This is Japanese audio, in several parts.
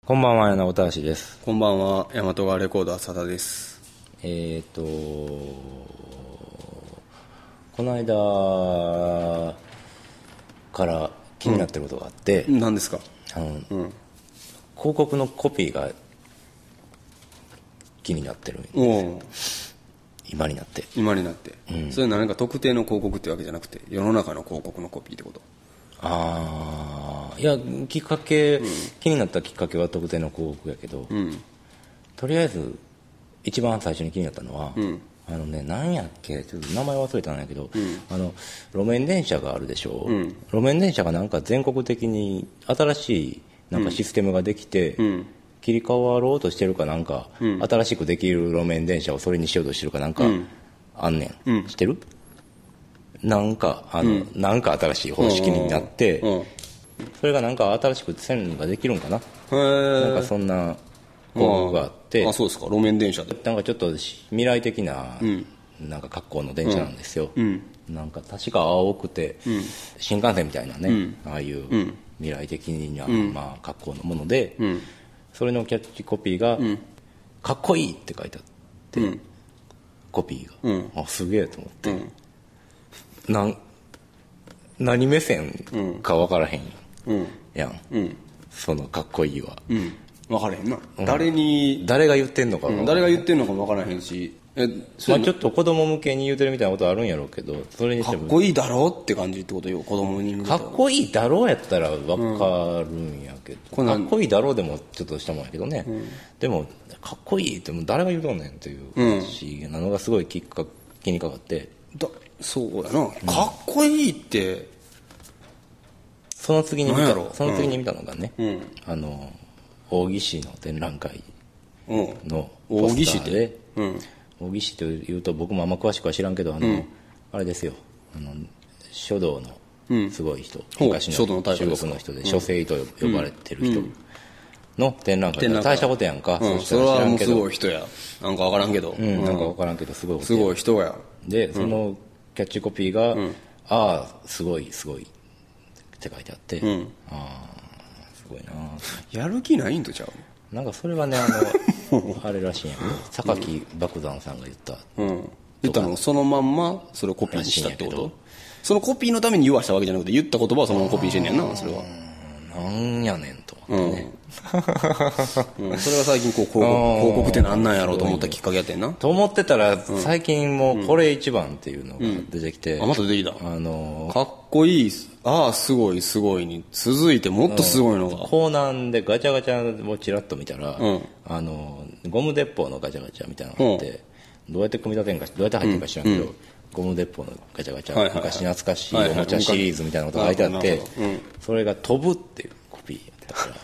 こんばんは、柳本橋です。 こんばんは、大和川レコード浅田です。 この間から気になってることがあって、 何ですか？ 広告のコピーが気になってるんおですよ。今になって、 それ何か特定の広告ってわけじゃなくて、世の中の広告のコピーってこと？ いやきっかけ、気になったきっかけは特定の広告やけど、とりあえず一番最初に気になったのは、何やっけ、ちょっと名前忘れたんやけど、路面電車があるでしょ、路面電車がなんか全国的に新しいなんかシステムができて、切り替わろうとしてるかなんか、新しくできる路面電車をそれにしようとしてるかなんか、あんねん、知ってる？なんかなんか新しい方式になって、それがなんか新しく線路ができるんかな、なんかそんな広告があって、 そうですか。路面電車でなんかちょっと未来的な、なんか格好の電車なんですよ、なんか確か青くて、新幹線みたいなね、ああいう未来的な、まあ、格好のもので、それのキャッチコピーが、かっこいいって書いてあって、コピーが、すげえと思って、何目線か分からへんやん、そのかっこいいは、 分からへんな、 誰が言ってんのか分からへん、 誰が言ってんのかも分からへんし、 ちょっと子供向けに言うてるみたいなことあるんやろうけど、それにしてもかっこいいだろうって感じってことよ、子供に向けたら。 かっこいいだろうやったら分かるんやけど、かっこいいだろうでもちょっとしたもんやけどね、でもかっこいいってもう誰が言うとんねんっていう話なのがすごい気にかかって、 そうやな、かっこいいってその次に見たのがね、大岸市の展覧会のポスターで、大岸市というと僕もあんま詳しくは知らんけど、あれですよ、書道のすごい人、昔の中国の人で書聖と呼ばれてる人の展覧会で、大したことやんか、 それはもうすごい人や、なんか分からんけど、 なんか分からんけどすごい人やで、そのキャッチコピーが、ああすごいすごいって書いてあって、ああすごいな、 やる気ないんとちゃう？ なんかそれはね、あれらしいんやけど、榊爆弾さんが言ったのそのまんまそれをコピーしたってこと？そのコピーのために言わしたわけじゃなくて、言った言葉をそのままコピーしてんねんな、それは。 なんやねんと思ってね、 それが最近広告ってなんなんやろうと思ったきっかけやってんなと思ってたら、最近もうこれ一番っていうのが出てきて、 また出てきた、かっこいい、すごいすごいに続いてもっとすごいのが、 コーナーでガチャガチャをちらっと見たら、ゴム鉄砲のガチャガチャみたいなのがあって、どうやって組み立てんか、どうやって入ってんか知らんけど、ゴム鉄砲のガチャガチャ、昔懐かしいおもちゃシリーズみたいなことが書いてあって、それが飛ぶっていうコピーやったから、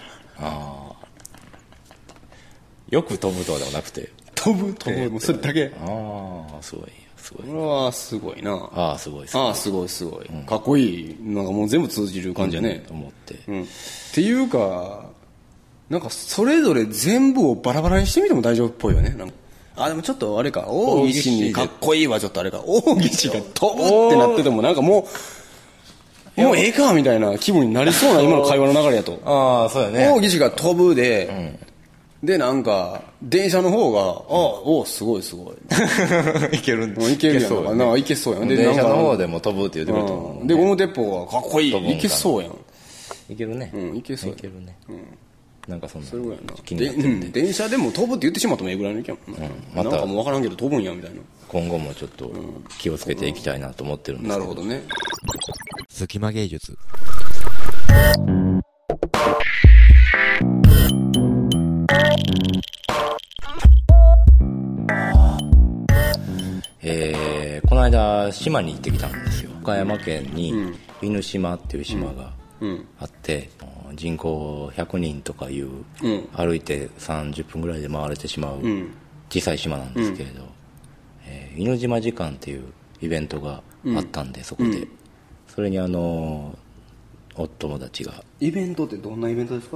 よく飛ぶとかでもなくて、 飛ぶもうそれだけ。 すごいすごい、 これはすごいな、 すごいすごい、かっこいい、なんかもう全部通じる感じやね、 と思って、 っていうか、なんかそれぞれ全部をバラバラにしてみても大丈夫っぽいよね。なんかでもちょっとあれか、大岸にかっこいいはちょっとあれか、大岸が飛ぶってなっててもなんかもうええかみたいな気分になりそうな今の会話の流れやと。 そうやね、 大岸が飛ぶで、でなんか電車の方がすごいすごいいけるいけるやんか、いけそうやん。で電車の方でも飛ぶって言ってくれたもん、 でゴム鉄砲がかっこいい、いけそうやん、 いけるね、 いけそういけるね、なんかそんなそれぐらいな、 気になってるんで、 電車でも飛ぶって言ってしまったもええぐらいの意見もんな、なんかもう分からんけど飛ぶんやみたいな。 今後もちょっと気をつけていきたいなと思ってるんですけど、 なるほどね。 隙間芸術。 この間島に行ってきたんですよ。岡山県に犬島っていう島があって、人口100人とかいう、歩いて30分ぐらいで回れてしまう小さい島なんですけれど、犬島時間っていうイベントがあったんで、そこで、それにお友達が。 イベントってどんなイベントですか？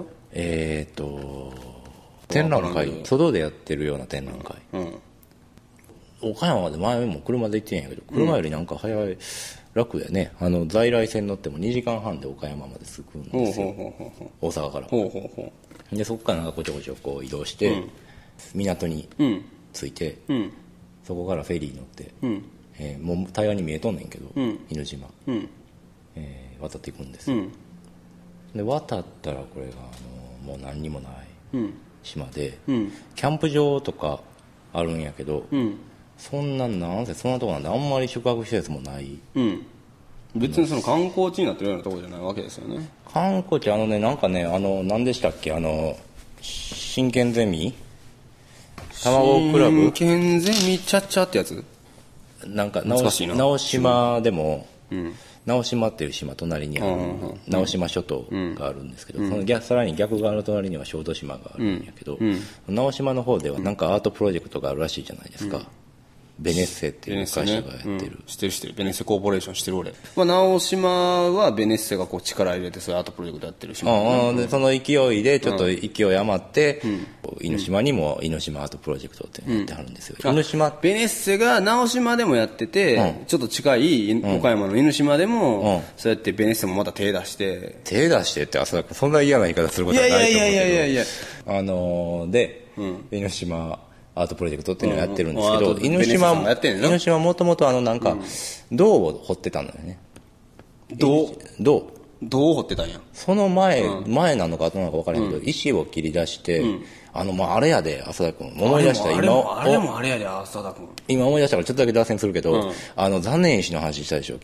展覧会、外でやってるような展覧会、岡山まで前も車で行ってんやけど、車よりなんか早い、楽でね、在来線乗っても2時間半で岡山まで着くんですよ、大阪から。 でそこからなんかこちょこちょこう移動して、港に着いて、そこからフェリー乗って、もう対岸に見えとんねんけど、犬島、渡っていくんですよ、で渡ったらこれがもう何にもない島で、キャンプ場とかあるんやけど、そんななんせそんなとこなんであんまり宿泊施設もない、 別にその観光地になってるようなところじゃないわけですよね。 観光地なんかね何でしたっけ真剣ゼミ卵クラブ真剣ゼミチャッチャってやつなんか懐かしいな直島でも、直島っていう島隣にある直島諸島があるんですけど、そのさらに逆側の隣には小豆島があるんやけど、直島の方ではなんかアートプロジェクトがあるらしいじゃないですか、ベネッセっていう会社がやってる、 知ってるベネッセコーポレーション知ってる俺、直島はベネッセがこう力入れてそういうアートプロジェクトやってる島、 でその勢いでちょっと勢い余って、犬島にも犬島アートプロジェクトっていうのをやってはるんですよ、犬島ベネッセが直島でもやってて、ちょっと近い岡山の犬島でも、そうやってベネッセもまた手出してってそんな嫌な言い方することはないと思うけど、で、犬島アートプロジェクトっていうのをやってるんですけど、犬島もともとなんか銅を掘ってたんだよね。銅を掘ってたんや。 その前なのか後なのか分からないけど、石を切り出して、あれやで浅田君思い出したあれもあれやで浅田君今思い出したからちょっとだけ脱線するけど、残念石の話したでしょ、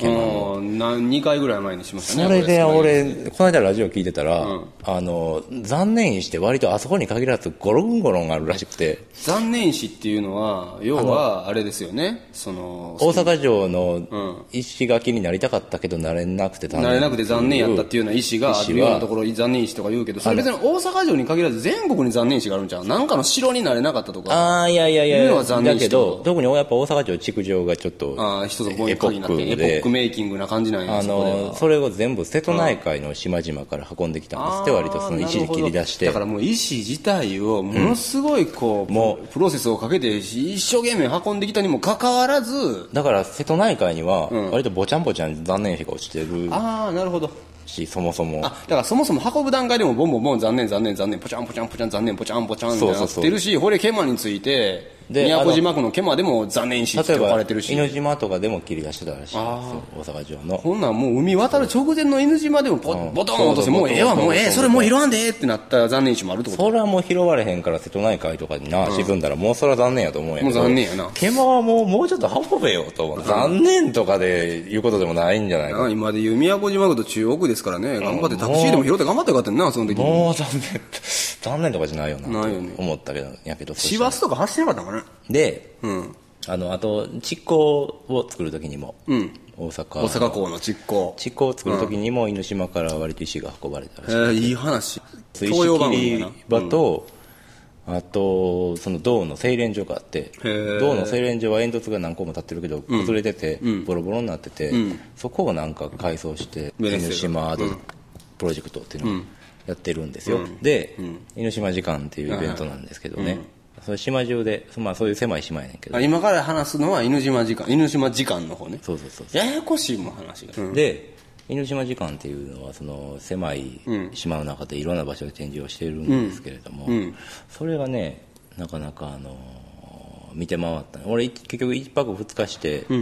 2回ぐらい前にしましたね。 それで俺この間ラジオ聞いてたら、残念石って割とあそこに限らずゴロンゴロンあるらしくて、 残念石っていうのは要はあれですよね、大阪城の石垣になりたかったけどなれなくて残念やったっていうような石があるようなところ残念石とか言うけど、それ別に大阪城に限らず全国に残念石があるんちゃう？なんかの城になれなかったとかいやいうのは残念石だけど、特にやっぱ大阪城築城がちょっと一つポイントになってエポックメイキングな感じなんや。 それを全部瀬戸内海の島々から運んできたんですって、割とその石で切り出して、 だからもう石自体をものすごいもうプロセスをかけて一生懸命運んできたにもかかわらず、 だから瀬戸内海には割とぼちゃんぼちゃん残念石が落ちてる、 なるほどそもそもだからそもそも運ぶ段階でもボンボンボン残念ポチャンポチャンポチャン残念ポチャンポチャンってなってるし、これ毛馬について宮古島区の毛馬でも残念石って呼ばれてるし、 犬島とかでも切り出してたらしい大阪城の。 こんなんもう海渡る直前の犬島でもボトン落として、もうええわもうええそれもう拾わんでってなった残念石もあるってこと。 それはもう拾われへんから瀬戸内海とかに沈んだらもうそれは残念やと思うんやけど、 もう残念やな。 毛馬はもうちょっと運べよと思う、残念とかで言うことでもないんじゃないか。 今で言う宮古島区と中央区ですからね、頑張ってタクシーでも拾って頑張ってよかったんな、その時に。 もう残念とかじゃないよなと思ったけど、 市バスとか走ってなかったかな。 で、あと蓄光を作る時にも、大阪港の蓄光を作る時にも犬島から割と石が運ばれたらしい。 いい話。 石切り場と、あとその銅の製錬所があって、銅の製錬所は煙突が何個も立ってるけど崩れてて、ボロボロになってて、そこをなんか改装して犬島アートプロジェクトっていうのをやってるんですよ。で、犬島時間っていうイベントなんですけどね、それ島中で、そういう狭い島やねんけど、 今から話すのは犬島時間の方ね。 そうややこしいもん話が、 で犬島時間っていうのはその狭い島の中でいろんな場所で展示をしているんですけれども、それがねなかなか見て回ったね。俺結局1泊2日して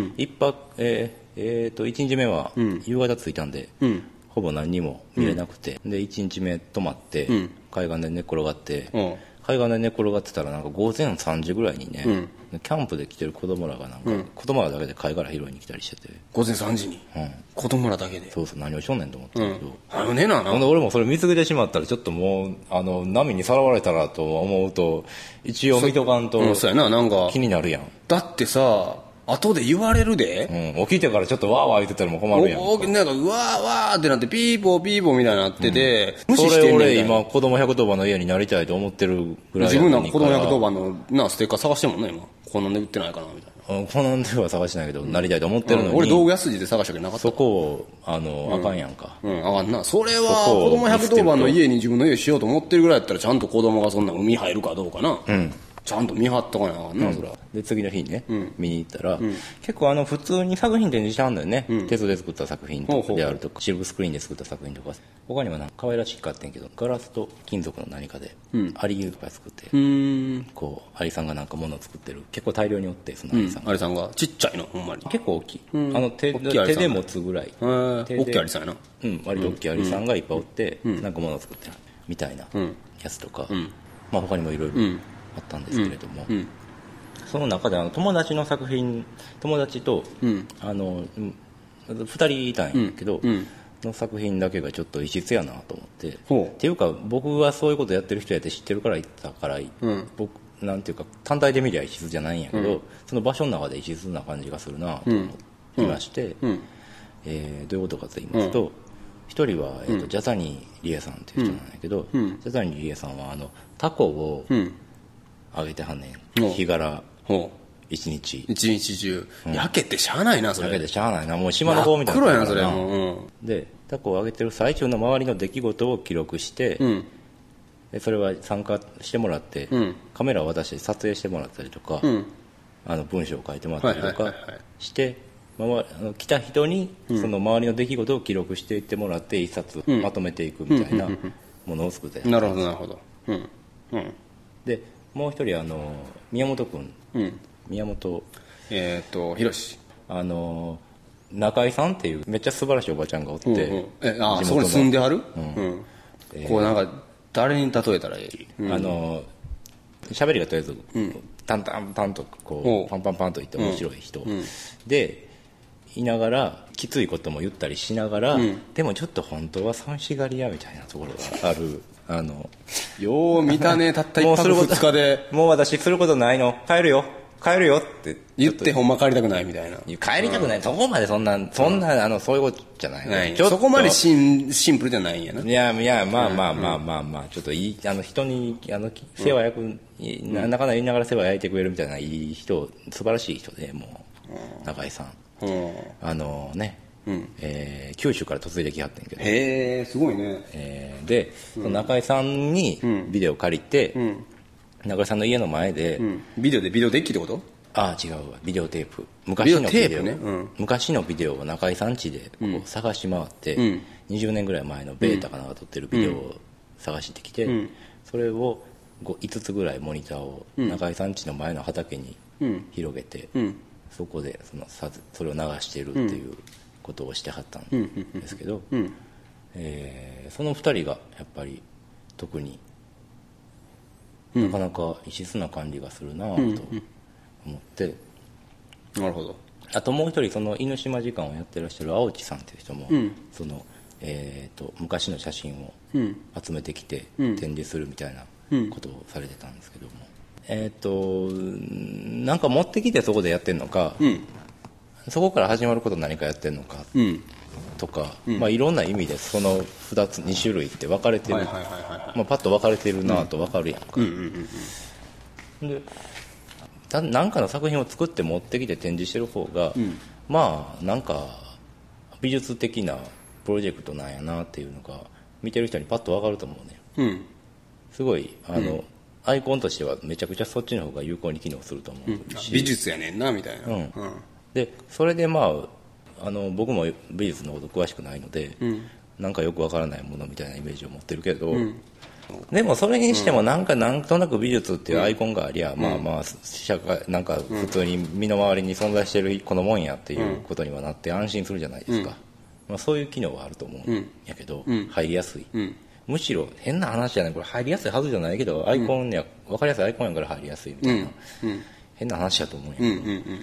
、1日目は夕方着いたんで、ほぼ何にも見れなくて、で1日目泊まって、海岸で寝っ転がって、海岸で寝っ転がってたらなんか午前3時ぐらいにね、キャンプで来てる子供らがなんか、子供らだけで貝殻拾いに来たりしてて、 午前3時に、子供らだけで、 そう何をしょんねんと思ったけど、 ほんで俺もそれ見つけてしまったらちょっともう波にさらわれたらと思うと一応見とかんと気になるやん。 だってさ後で言われるで、 起きてからちょっとワーワー言ってたらもう困るやん。 なんかうわーわーってなってピーポーピーポーみたいになってて、 無視してんねん。それ俺今子供110番の家になりたいと思ってるぐらい自分なんか子供110番のステッカー探してんもんね今。こんなんで売ってないかなみたいな。 こんなんでは探してないけど、なりたいと思ってるのに、 俺道具屋筋で探したけどなかった。 そこをあかんやんか。 あかんな。それは子供110番の家に自分の家しようと思ってるぐらいやったらちゃんと子供がそんな海入るかどうかな、 ちゃんと見張っとかなあかんな、そら。 で次の日にね、見に行ったら、結構普通に作品展示してはんだよね、鉄で作った作品とかであるとか、シルクスクリーンで作った作品とか、他にも可愛らしかったんやけど、ガラスと金属の何かで、アリとか作って、こうアリさんがなんか物を作ってる、結構大量におって、そのアリさんが、 アリさんがちっちゃいの、ほんまに結構大きい、手大きいアリさんで持つぐらい、 大きいアリさんやな。 割と大きいアリさんがいっぱいおって、なんか物を作ってるみたいなやつとか、まあ他にもいろいろあったんですけれども、その中で友達の作品、友達と、2人いたんやけど、の作品だけがちょっと異質やなと思って、っていうか僕はそういうことやってる人やって知ってるから言ったから、僕なんていうか単体で見りゃ異質じゃないんやけど、その場所の中で異質な感じがするなと思いまして、どういうことかと言いますと、一人は、ジャザニー・リエさんという人なんやけど、ジャザニー・リエさんはタコをあげてはんねん、日柄一日中、焼けてしゃあないな、それ。 焼けてしゃあないな、もう島の棒みたいな。 真っ黒やな、それ。 でタコをあげてる最中の周りの出来事を記録して、でそれは参加してもらって、カメラを渡して撮影してもらったりとか、文章を書いてもらったりとかして、来た人にその周りの出来事を記録していってもらって一冊まとめていくみたいなものを作ってなるほどなるほど。 でもう一人宮本君、宮本ひろし、 中井さんっていうめっちゃ素晴らしいおばちゃんがおって、 そこに住んではる、こうなんか誰に例えたらいい、 喋りがとりあえず、タンタンタンとこうパンパンパンといって面白い人、でいながらきついことも言ったりしながら、でもちょっと本当は寂しがり屋みたいなところがあるよう見たね、たった1泊2日でもう私することないの、帰るよって言ってほんま帰りたくないみたいな。 帰りたくない、そこまでそんなそういうことじゃないそこまでシンプルじゃないんやな。 いやまあちょっといい人に世話焼く、なかなか言いながら世話焼いてくれるみたいないい人、素晴らしい人で、もう中井さん、九州から嫁いできはってんけど、 へえ、すごいね。 でその中井さんにビデオ借りて、中井さんの家の前で、 ビデオデッキってこと？ 違うわ、ビデオテープ、昔のビデオ、 ね、 昔のビデオを中井さん家でこう探し回って、20年ぐらい前のベータかなんか撮ってるビデオを探してきて、それを5つぐらいモニターを中井さん家の前の畑に広げて、そこでそれを流してるっていうことをしてはったんですけど、その2人がやっぱり特になかなか異質な感じがするなと思って、 なるほど。 あともう一人、その犬島時間をやってらっしゃる青地さんという人も、その昔の写真を集めてきて展示するみたいなことをされてたんですけども、なんか持ってきてそこでやってるのか、そこから始まること何かやってるのかとか、いろんな意味でその2種類って分かれてる、パッと分かれてるなと分かるやんか。で何かの作品を作って持ってきて展示してる方が、なんか美術的なプロジェクトなんやなっていうのが見てる人にパッと分かると思うね。すごいアイコンとしてはめちゃくちゃそっちの方が有効に機能すると思うし、 美術やねんなみたいな。 でそれで僕も美術のこと詳しくないので、なんかよくわからないものみたいなイメージを持ってるけど、でもそれにしてもなんとなく美術っていうアイコンがありゃ、社会なんか普通に身の回りに存在してるこのもんやっていうことにはなって安心するじゃないですか。そういう機能はあると思うんやけど、入りやすい、むしろ変な話じゃない、これ入りやすいはずじゃないけど、アイコンや分かりやすいアイコンやから入りやすいみたいな、変な話やと思うんやけど、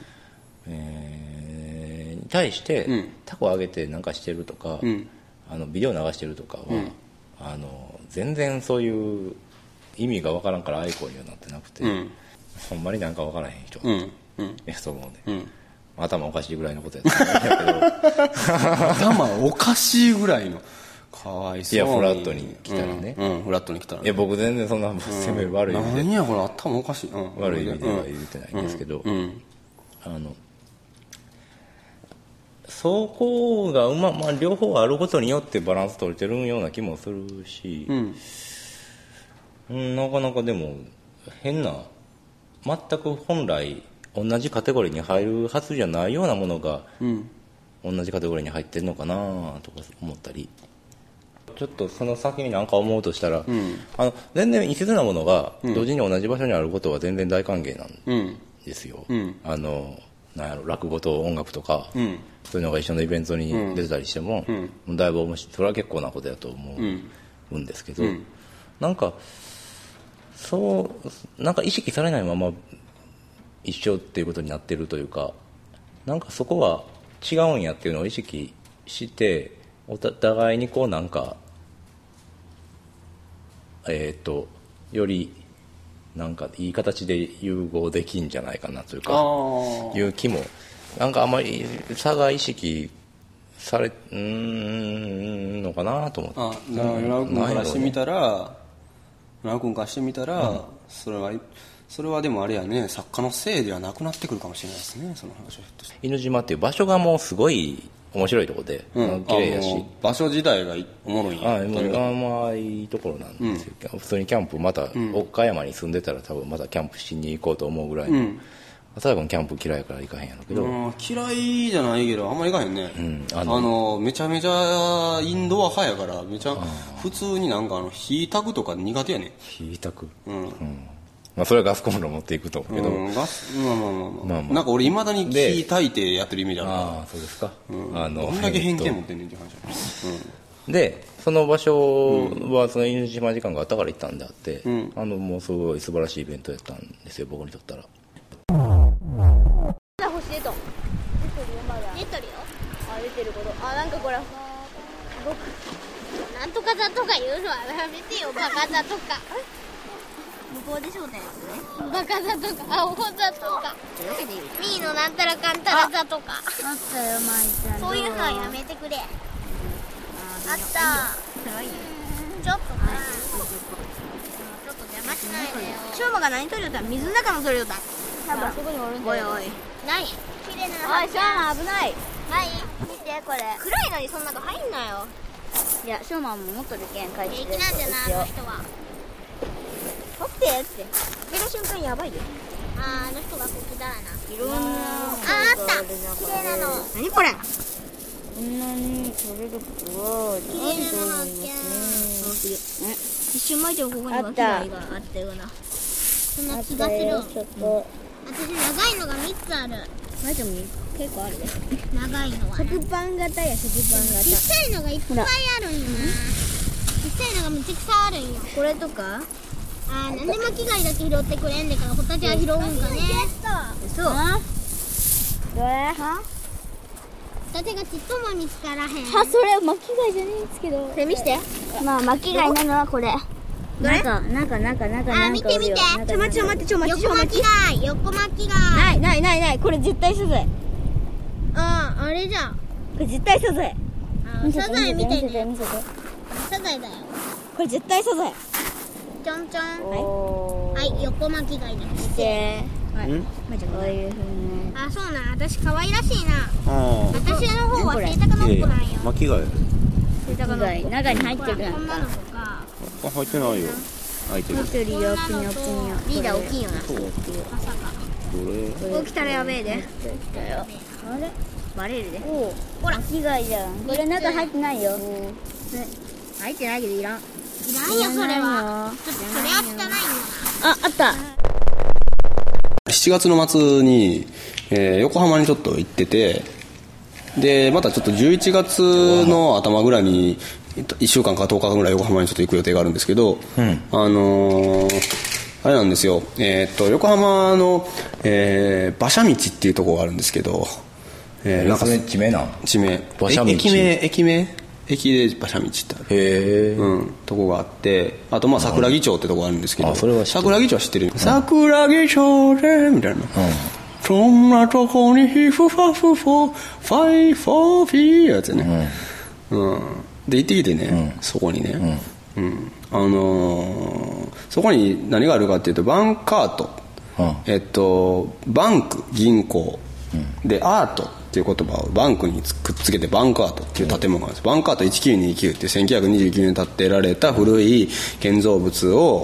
に対して、タコを上げてなんかしてるとか、ビデオ流してるとかは、全然そういう意味が分からんからアイコンにはなってなくて、ほんまになんか分からへん人やと思うね、頭おかしいぐらいのことやったんだけど頭おかしいぐらいの、かわいそうに。 いやフラットに来たらね、 フラットに来たらね。 いや僕全然そんな責める悪い意味で、 何やこれ頭おかしい、 悪い意味では言ってないんですけど、そこが両方あることによってバランス取れてるような気もするし、なかなかでも変な全く本来同じカテゴリーに入るはずじゃないようなものが、同じカテゴリーに入ってるのかなとか思ったり、ちょっとその先に何か思うとしたら、全然異質なものが同時に同じ場所にあることは全然大歓迎なんですよ、なんやろ、落語と音楽とか、そういうのが一緒のイベントに出てたりしても、だいぶそれは結構なことだと思うんですけど、なんか意識されないまま一緒っていうことになってるというか、なんかそこは違うんやっていうのを意識してお互いにこうなんかよりなんかいい形で融合できんじゃないかなというかいう気も、なんかあまり差が意識されのかなと思って。 奈良君からしてみたら、それはでもあれやね、作家のせいではなくなってくるかもしれないですね、その話をひょっとして。 犬島っていう場所がもうすごい面白いところで、綺麗やし、 場所自体がおもろいんや。 まあいいところなんですよ、普通にキャンプまた、岡山に住んでたら多分またキャンプしに行こうと思うぐらいの、最後にキャンプ嫌いやから行かへんやろうけど、 嫌いじゃないけどあんまり行かへんね、めちゃめちゃインドア派やから、めちゃ普通になんか火炊くとか苦手やね。 火炊く、まあ、それはガスコンロ持っていくと思うけど、 なんか俺いまだに火炊いてやってるイメージあるから。 ああそうですか、 どんだけ偏見持ってんねんって話でその場所はその犬島時間があったから行ったんであって、もうすごい素晴らしいイベントやったんですよ、僕にとったら。 出てるよまだ。出てるよ。出てること。なんかこれなんとかだとか言うのはやめてよ、バカだとか。向こうでしょうね。バカだとか、アホだとか。ミーのなんたらかんたらだとか。あったよ、まいちゃん。そういうのはやめてくれ。あった。ちょっとちょっと邪魔しないでよ。しょうまが何取りよった？水の中の取りよった。多分あそこにおるんだよ。おいおい。ない。綺麗なの。おい、しょうま危ない。はい。見てこれ。暗いのにそんなの入んなよ。いや、しょうまも持っとるけん返して。平気なんじゃないあの人は。取ってって。出る瞬間やばいよ。あの人がこっちだな。いろんな。あった。綺麗なの。何これ。こんなに取れることは綺麗なのって一瞬前でここには被害があったようなそんな気がする。私長いのが3つある。前でも結構あるね。長いのは食パン型や食パン型。小さいのがいっぱいあるんよな。小さいのがめちゃくちゃあるんよ。これとかなんで巻き貝だけ拾ってくれんでからホタテは拾うんかね。そうどれはホタテがちっとも見つからへん。それ巻き貝じゃねえんですけど。これ見して。まあ巻き貝なのはこれ。どれ？なんか見て見て。ちょ待って横巻き貝。横巻き貝。ないこれ絶対サザエ。あれじゃん。これ絶対サザエ。サザエ見てね。サザエだよ。これ絶対サザエ。ちょんちょん。はい横巻き貝だ。して。はい、こういう風に。そうなん。私可愛らしいな。私の方はセイタカノッコなんよ。 巻き貝。 セイタカノッコ。中に入ってるやん。こんなのとか。 入ってないよ。入ってるよ。 リーダー大きいよな。まさか。こう来たらやべえで。来たよ。あれ？バレるで。ほら。巻き貝じゃん。これ中入ってないよ。入ってないけどいらん。いらんよそれは。ちょっとそれは汚いんだな。あった。 7月の末に、横浜にちょっと行ってて、でまたちょっと11月の頭ぐらいに1週間か10日間ぐらい横浜にちょっと行く予定があるんですけど、あれなんですよ、横浜の、馬車道っていうところがあるんですけど、 なんか地名なん地名馬車道駅で馬車道ってあるへえ、 とこがあって、あとまあ桜木町ってとこがあるんですけど、 それは桜木町は知ってる、桜木町でみたいな、そんなとこにヒフファフフォファイフォーフィーやつやね、で行ってきてね、そこにね、そこに何があるかっていうとバンカート、バンク銀行、でアートっていう言葉をバンクにくっつけてバンカートっていう建物があるんです。バンカート1929って1929年建てられた古い建造物を、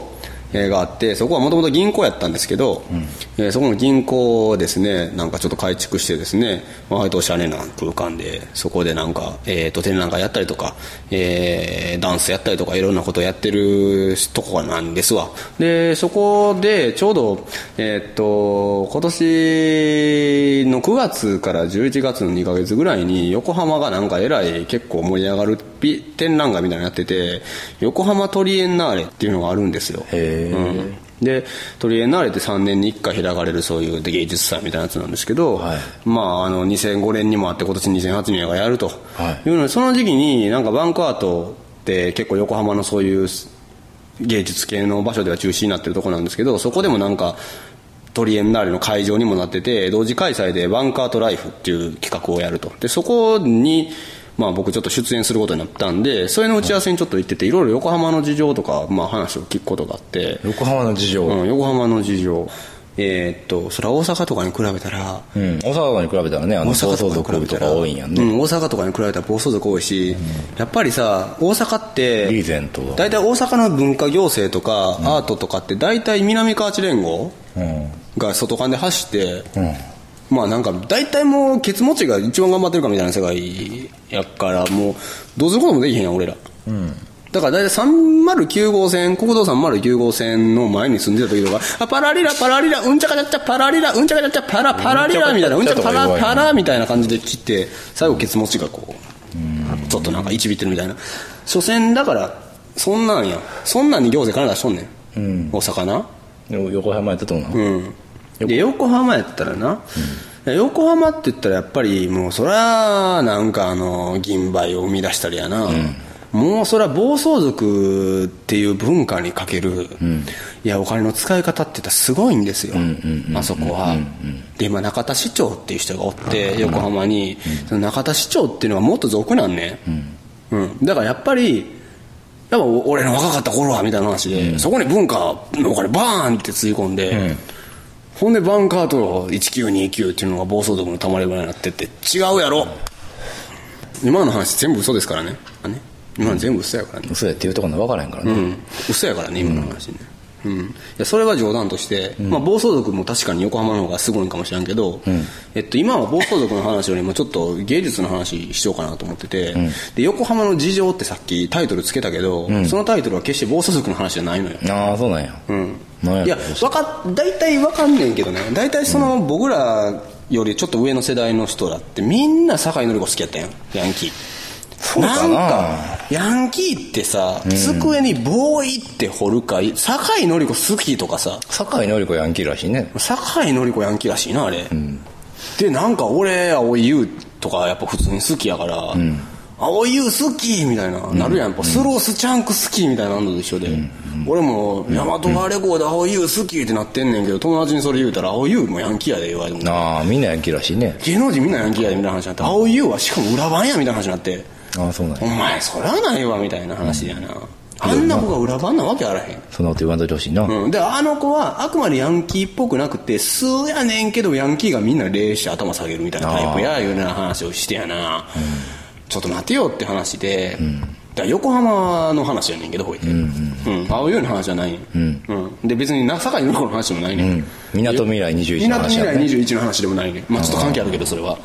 があって、そこはもともと銀行やったんですけど、そこの銀行をですねなんかちょっと改築してですね、割とおしゃれな空間でそこでなんか、展覧会やったりとか、ダンスやったりとかいろんなことをやってるとこなんですわ。でそこでちょうど、今年の9月から11月の2ヶ月ぐらいに横浜がなんかえらい結構盛り上がる展覧会みたいなのやってて、横浜トリエンナーレっていうのがあるんですよ。でトリエンナーレって3年に1回開かれるそういう芸術祭みたいなやつなんですけど、2005年にもあって今年2008年がやるというので、その時期になんかバンクアートって結構横浜のそういう芸術系の場所では中止になってるとこなんですけど、そこでもなんかトリエンナーレの会場にもなってて、同時開催でバンクアートライフっていう企画をやると。でそこに僕ちょっと出演することになったんで、それの打ち合わせにちょっと行ってて、いろいろ横浜の事情とか、話を聞くことがあって。 横浜の事情、 横浜の事情、それは大阪とかに比べたら、 大阪とかに比べたらね、暴走族とか多いんやんね。 大阪とかに比べたら暴走族多いし、やっぱりさ大阪ってリーゼント大体大阪の文化行政とか、アートとかって大体南河内連合が外間で走って、なんか大体もうケツ持ちが一番頑張ってるかみたいな世界やから、もうどうすることもできへんやん俺ら、だから大体309号線、国道309号線の前に住んでた時とか、パラリラパラリラうんちゃかちゃっちゃパラリラうんちゃかちゃっちゃパラパラリラみたいな、うんちゃかパラパラみたいな感じで切って、最後ケツ持ちがこうちょっとなんかいちびってるみたいな。所詮だからそんなんや、そんなんに行政金出しとんねん、大阪な。 横浜やったと思うな。 で横浜やったらな、横浜って言ったらやっぱりもうそりゃなんか銀杯を生み出したりやな、もうそれは暴走族っていう文化にかける、いやお金の使い方って言ったらすごいんですよ、あそこは。で今中田市長っていう人がおって横浜に、その中田市長っていうのはもっと俗なんね、だからやっぱ俺の若かった頃はみたいな話で、そこに文化のお金バーンってつぎ込んで、ほんでバンカーと1929っていうのが暴走族のたまり場になってって違うやろ。今の話全部嘘ですからね。今の全部嘘やからね。 嘘やっていうところ分からへんからね。 嘘やからね今の話ね。いやそれは冗談として、暴走族も確かに横浜の方がすごいかもしれんけど、今は暴走族の話よりもちょっと芸術の話しようかなと思ってて、で横浜の事情ってさっきタイトルつけたけど、そのタイトルは決して暴走族の話じゃないのよ。 ああそうなんや。 いや大体分かんねんけどね、大体その僕らよりちょっと上の世代の人だってみんな酒井紀子好きやったやん、ヤンキー。 そうかな。 なんかヤンキーってさ、机にボーイって彫るか酒井紀子好きとかさ。 酒井紀子ヤンキーらしいね。 酒井紀子ヤンキーらしいなあれ、でなんか俺蒼井優とかやっぱ普通に好きやから、蒼井優好きみたいな、なるやん。やっぱスロースチャンク好きみたいなのと一緒で、俺も大和川レコード蒼井優好きってなってんねんけど、友達にそれ言うたら蒼井優もヤンキーやで言われても、 ああみんなヤンキーらしいね。 芸能人みんなヤンキーやでみたいな話になって、蒼井優はしかも裏番やみたいな話になって、 ああそうなんや。 お前そりゃないわみたいな話やな、あんな子が裏番なわけあらへん。 そんなこと言わんといてほしいな。 であの子はあくまでヤンキーっぽくなくて素やねんけど、ヤンキーがみんな礼して頭下げるみたいなタイプやいうような話をしてやな、ちょっと待てよって話で、だ横浜の話やねんけどほいで、青いような話じゃないねん、で別に酒井紀子の話でもないねん、 みなとみらい21の話やね。 みなとみらい21の話でもないねん。ちょっと関係あるけどそれは、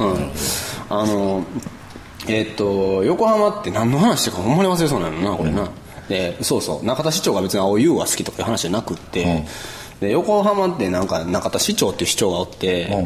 横浜って何の話してかほんまに忘れそうなのなこれな、でそう中田市長が別に蒼井優が好きとかいう話じゃなくって、で横浜ってなんか中田市長っていう市長がおって、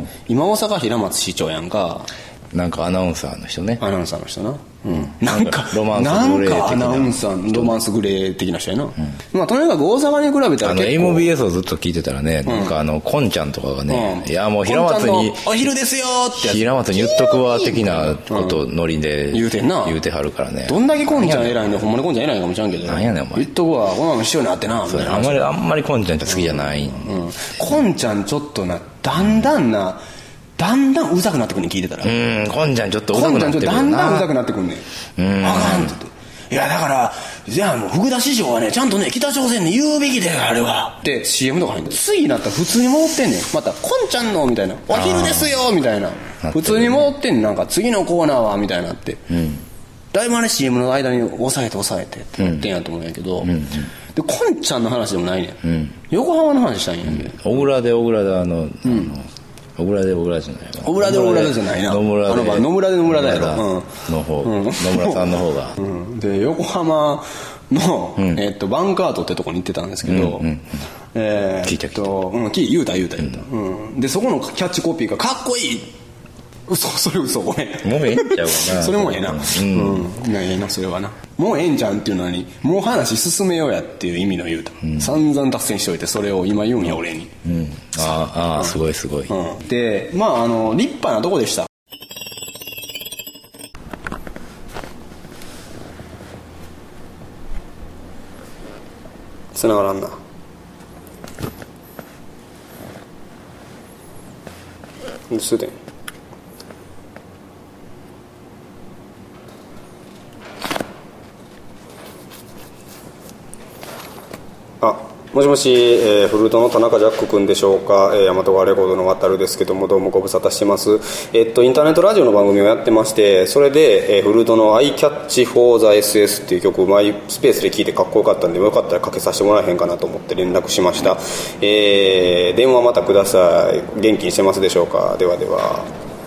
今大阪平松市長やんか。 なんかアナウンサーの人ね。 アナウンサーの人な、なんかロマンスグレー的なアナウンサーロマンスグレー的な人やな、とにかく大阪に比べたら結構 MBS をずっと聞いてたらね、なんかこんちゃんとかがね、いやもう平松にお昼ですよってやつ、 平松に言っとくわ的なことノリで言うてんな、 言うてはるからね。 どんだけこんちゃん偉いねん、ほんまにこんちゃん偉いかもしれんけど、 なんやねんお前言っとくわこんなのしようになってなみたいな。 あんまりこんちゃんって好きじゃない、 こんちゃんちょっとなだんだんうざくなってくんねん聞いてたら。 こんちゃんちょっとうざくなってくるな。 だんだんうざくなってくんねん。あかんって言って。いやだからじゃあもう福田師匠はねちゃんとね北朝鮮に言うべきだよあれはって CM とか入って次になったら普通に戻ってんねん。またこんちゃんのみたいなお昼ですよみたいな普通に戻ってんねん。なんか次のコーナーはみたいになって、だいぶあれ CM の間に抑えてってなってんやと思うんやけど、 でこんちゃんの話でもないねん、横浜の話したいんやけど、 小倉で小倉で小倉で小倉じゃないわ、 小倉で小倉でじゃないな、 野村で野村で野村だやろ、 の方、野村さんの方が、 で横浜の、バンカートってとこに行ってたんですけど、 聞いた言うた、でそこのキャッチコピーがかっこいい、それ嘘、ごめん、 もうええんちゃうかなそれもええな、ええな、それはな、もうええんちゃうんっていうのに、もう話進めようやっていう意味の言うた、散々脱線しといて、それを今言うんや、俺に。 ああ、すごいすごい。 で、まあ立派なとこでした。繋がらんな。すでにもしもし、フルートの田中ジャック君でしょうか、大和川レコードの渡るですけども、どうもご無沙汰してます。インターネットラジオの番組をやってまして、それで、フルートの I Catch for the SS っていう曲、マイスペースで聴いてかっこよかったんで、よかったらかけさせてもらえへんかなと思って連絡しました。電話またください。元気にしてますでしょうか。ではでは。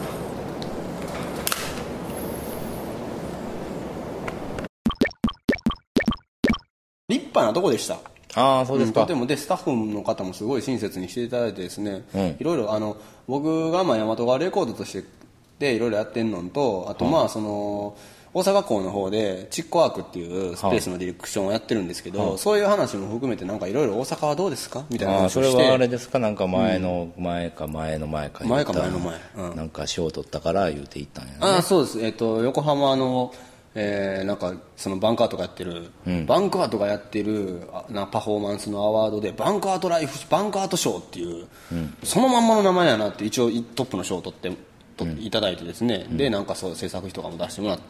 立派なとこでした。 ああ、そうですか。 とてもでスタッフの方もすごい親切にしていただいてですね、いろいろ僕が大和川レコードとしてでいろいろやってんのと、あとその大阪港の方でチッコワークっていうスペースのディレクションをやってるんですけど、そういう話も含めてなんかいろいろ大阪はどうですかみたいな話をして。 それはあれですか、なんか前の前か前の前か前の前、 なんか賞を取ったから言うていったんやね。 そうです。横浜のなんかそのバンカーとかやってる、バンカーとかやってるパフォーマンスのアワードでバンカートライフバンカート賞っていう、そのまんまの名前やなって一応トップの賞を取っていただいてですね、でなんかそう制作費とかも出してもらって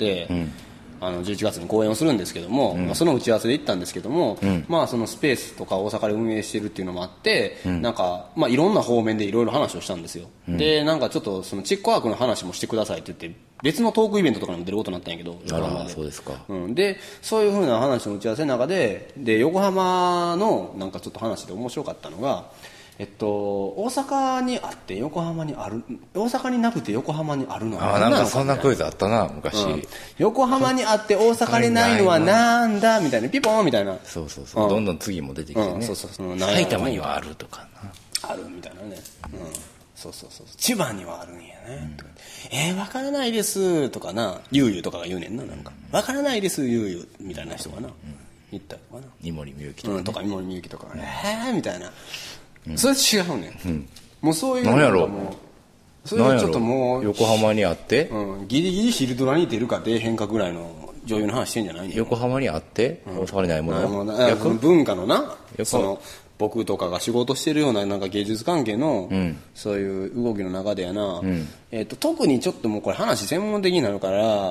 、11月に公演をするんですけども、その打ち合わせで行ったんですけども、そのスペースとか大阪で運営してるっていうのもあって、なんかいろんな方面でいろいろ話をしたんですよ、でなんかちょっとそのチックワークの話もしてくださいって言って別のトークイベントとかにも出ることになったんやけど、横浜で。 そうですか。 でそういう風な話の打ち合わせの中で横浜のなんかちょっと話で面白かったのが、大阪にあって横浜にある、大阪になくて横浜にあるのは何なのかみたいな。 なんかそんなクイズあったな昔、 横浜にあって大阪にないのはなんだみたいな、ピポーンみたいな。 そうどんどん次も出てきてね、埼玉にはあるとかな、 あるみたいなね、そう千葉にはあるんやね、わからないですとかな、ゆうゆうとかが言うねんな、なんかわからないですゆうゆうみたいな人がな、言ったりとかな、 井森美幸とかね、 とか井森美幸とかみたいな、それ違うねん、もうそういう何やろう、 それはちょっともう横浜にあって、 ギリギリヒルドラに出るか出えへんかぐらいの女優の話してんじゃないの。 横浜にあって、大阪にないもの、 文化のな、その僕とかが仕事してるようななんか芸術関係の、そういう動きの中でやな、特にちょっともうこれ話専門的になるから、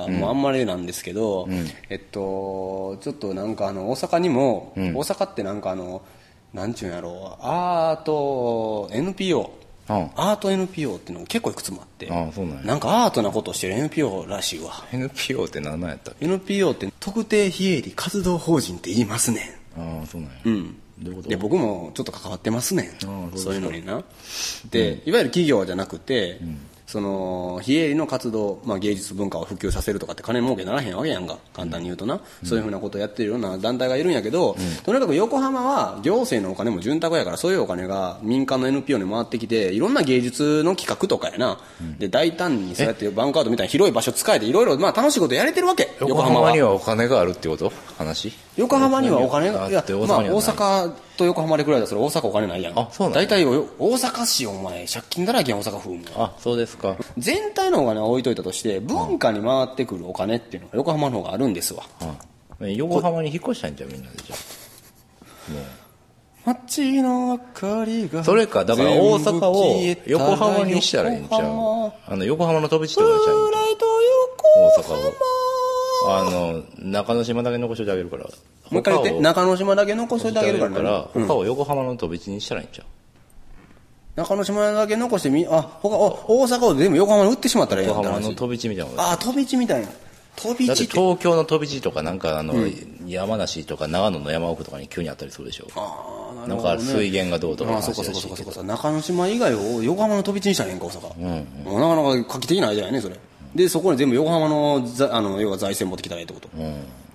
もうあんまりなんですけど、ちょっとなんか大阪にも、大阪ってなんかなんちゅうんやろう、アート NPO、アート NPO っていうのも結構いくつもあって、なんかアートなことをしてる NPO らしいわ。 NPO って何なんやったっけ。 NPO って特定非営利活動法人って言いますねん。 そうなんや。どういうこと。 で僕もちょっと関わってますねん、そういうのにな。で、いわゆる企業じゃなくて、その非営利の活動、芸術文化を普及させるとかって金儲けならへんわけやんか、簡単に言うとな、そういうふうなことをやってるような団体がいるんやけど、とにかく横浜は行政のお金も潤沢やから、そういうお金が民間の NPO に回ってきて、いろんな芸術の企画とかやな、で大胆にそうやってバンカードみたいな広い場所使えていろいろ楽しいことやれてるわけ。 横浜にはお金があるってこと話。 横浜にはお金が、いや、大阪と横浜でくらいだそれ大阪お金ないやん。大体大阪市お前借金だらけやん、大阪府も。 そうですか。 全体のお金は置いといたとして、文化に回ってくるお金っていうのが横浜の方があるんですわ。 横浜に引っ越したんじゃん、みんなで。じゃあ街の明かりが、 それか、だから大阪を横浜にしたらいいんちゃう。横浜の飛び地とかにしたらいいんちゃう。大阪を中之島だけ残しといてあげるから。 もう一回言って。中之島だけ残しといてあげるから、 他を横浜の飛び地にしたらいいんちゃう。 中之島だけ残して大阪を全部横浜に売ってしまったらいいやん。 横浜の飛び地みたいな。 飛び地みたいな。 飛びだって地って東京の飛び地とかなんか山梨とか長野の山奥とかに急にあったりするでしょ。なんか水源がどうとかの話らしいけど。 そうか中之島以外を横浜の飛び地にしたらへんか大阪、なかなか画期的なアイデアやねそれで。そこに全部横浜の要は財政持ってきたらええってこと、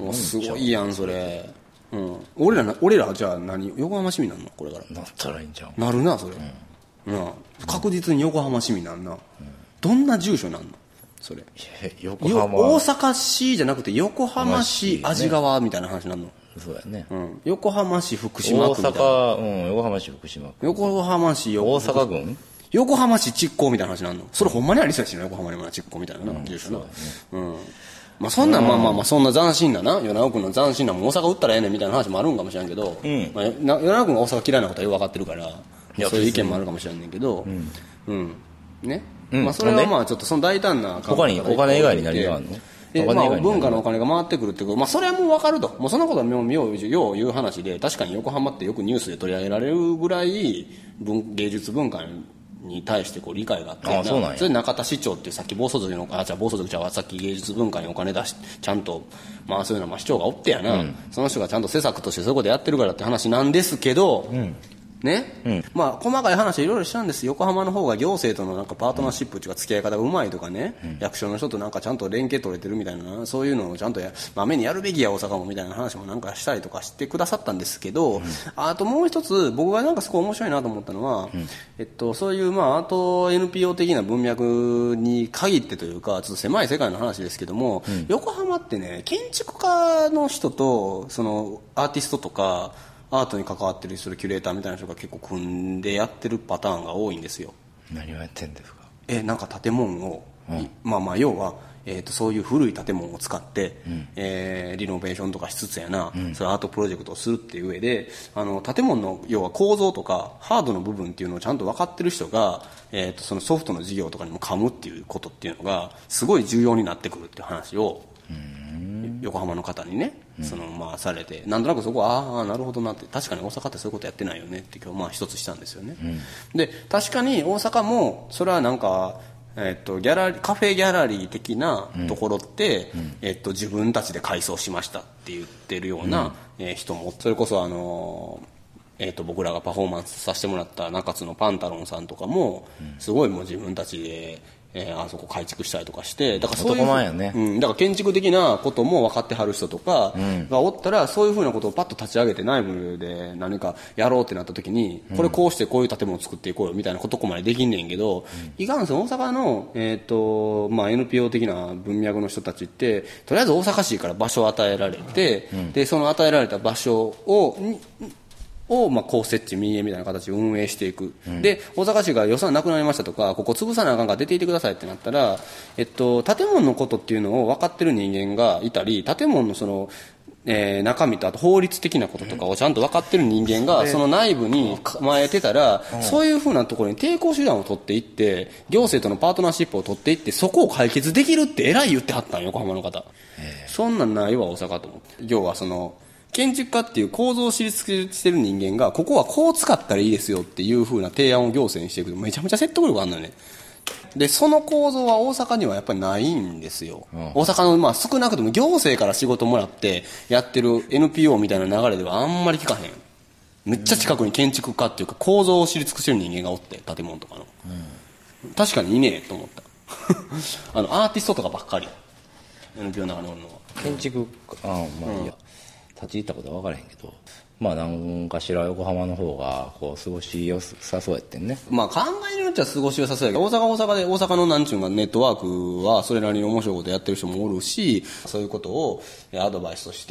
もうすごいやんそれ、俺らじゃあ横浜市民なんのこれからなったらいいんちゃう。 なるなそれ、確実に横浜市民なんな、どんな住所なんのそれ。 横浜大阪市じゃなくて横浜市味川みたいな話なんの。 そうやね、 横浜市福島区みたいな。 横浜市福島区、 横浜市大阪郡横浜市築港みたいな話なんの。それほんまにありそうやしな、横浜にも築港みたいな住所な。まあそんなんまあそんな斬新なな与那国の斬新なもん大阪売ったらええねんみたいな話もあるんかもしれんけど、与那国が大阪嫌いなことはよく分かってるからそういう意見もあるかもしれんねんけど、ね、まあそれはまあちょっとその大胆な他にお金以外に何があるの。 文化のお金が回ってくるってこと、それはもう分かると。もうそんなことはよう言う話で、確かに横浜ってよくニュースで取り上げられるぐらい芸術文化に対して理解があって、 そうなんや。 それで中田市長ってさっき暴走族さっき芸術文化にお金出しちゃんとそういうような市長がおってやな、その人がちゃんと施策としてそういうことやってるからって話なんですけど、ね、細かい話はいろいろしたんです。横浜の方が行政とのパートナーシップっていうか付き合い方がうまいとかね、役所の人とちゃんと連携取れてるみたいな、そういうのをちゃんとまめにやるべきや大阪もみたいな話もしたりとかしてくださったんですけど、あともう一つ僕がすごい面白いなと思ったのは、そういうあと NPO 的な文脈に限ってというかちょっと狭い世界の話ですけども、横浜ってね建築家の人とそのアーティストとかアートに関わってる人、キュレーターみたいな人が結構組んでやってるパターンが多いんですよ。 何をやってんですか。 建物を、要は、そういう古い建物を使って、リノベーションとかしつつやな、それアートプロジェクトをするっていう上で建物の要は構造とかハードの部分っていうのをちゃんと分かってる人が、そのソフトの事業とかにも噛むっていうことっていうのがすごい重要になってくるっていう話を横浜の方にねされて、なんとなくそこはなるほどなって、確かに大阪ってそういうことやってないよねって今日一つしたんですよね、で確かに大阪もそれはカフェギャラリー的なところって、自分たちで改装しましたって言ってるような、人もそれこそ僕らがパフォーマンスさせてもらった中津のパンタロンさんとかもすごいもう自分たちであそこ改築したりとかして、だからそういう男前やね、 だから建築的なことも分かってはる人とかがおったら、そういうふうなことをパッと立ち上げて内部で何かやろうってなった時に、これこうしてこういう建物を作っていこうよみたいなことまでできんねんけど、いかんせん大阪の、NPO 的な文脈の人たちってとりあえず大阪市から場所を与えられて、でその与えられた場所を公設地民営みたいな形で運営していく、で大阪市が予算なくなりましたとかここ潰さなあかんから出ていてくださいってなったら、建物のことっていうのを分かってる人間がいたり、建物のその中身とあと法律的なこととかをちゃんと分かってる人間がその内部に構えてたら、そういうふうなところに抵抗手段を取っていって行政とのパートナーシップを取っていってそこを解決できるって偉い言ってはったんよ横浜の方。そんなんないわ大阪と思って。要はその建築家っていう構造を知り尽くしてる人間がここはこう使ったらいいですよっていう風な提案を行政にしていくとめちゃめちゃ説得力あるのよね。でその構造は大阪にはやっぱりないんですよ、大阪の少なくとも行政から仕事もらってやってる NPO みたいな流れではあんまり聞かへん。めっちゃ近くに建築家っていうか構造を知り尽くしてる人間がおって建物とかの、確かにいねえと思ったアーティストとかばっかり NPO の中におるのは建築いいや立ち入ったことは分からへんけど、何かしら横浜の方が過ごしよさそうやってんね。 考えによっては過ごしよさそうやけど、大阪のなんちゅうかネットワークはそれなりに面白いことやってる人もおるし、そういうことをアドバイスとして、